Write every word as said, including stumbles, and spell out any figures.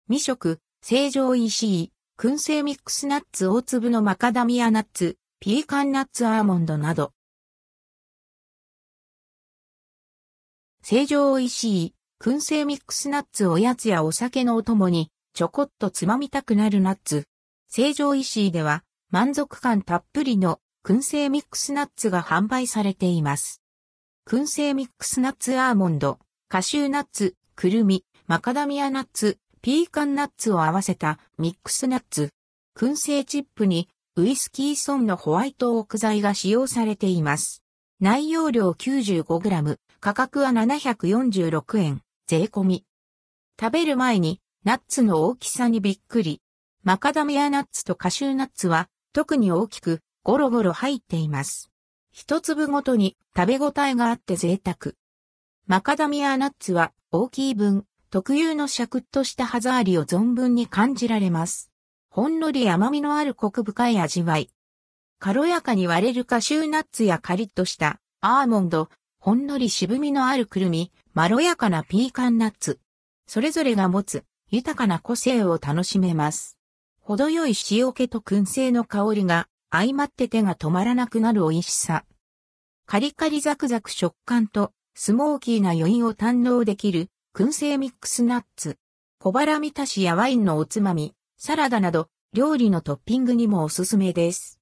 未食、成城石井、燻製ミックスナッツ大粒のマカダミアナッツ、ピーカンナッツアーモンドなど。成城石井、燻製ミックスナッツおやつやお酒のお供に、ちょこっとつまみたくなるナッツ。成城石井では、満足感たっぷりの燻製ミックスナッツが販売されています。燻製ミックスナッツアーモンド、カシューナッツ、くるみ、マカダミアナッツ、ピーカンナッツを合わせたミックスナッツ。燻製チップにウイスキーソンのホワイトオーク材が使用されています。内容量 きゅうじゅうごグラム、価格はななひゃくよんじゅうろくえん、税込み。食べる前にナッツの大きさにびっくり。マカダミアナッツとカシューナッツは特に大きくゴロゴロ入っています。一粒ごとに食べ応えがあって贅沢。マカダミアナッツは大きい分、特有のシャクッとした歯触りを存分に感じられます。ほんのり甘みのあるコク深い味わい。軽やかに割れるカシューナッツやカリッとしたアーモンド、ほんのり渋みのあるくるみ、まろやかなピーカンナッツ。それぞれが持つ豊かな個性を楽しめます。程よい塩気と燻製の香りが相まって手が止まらなくなる美味しさ。カリカリザクザク食感とスモーキーな余韻を堪能できる燻製ミックスナッツ。小腹満たしやワインのおつまみ、サラダなど料理のトッピングにもおすすめです。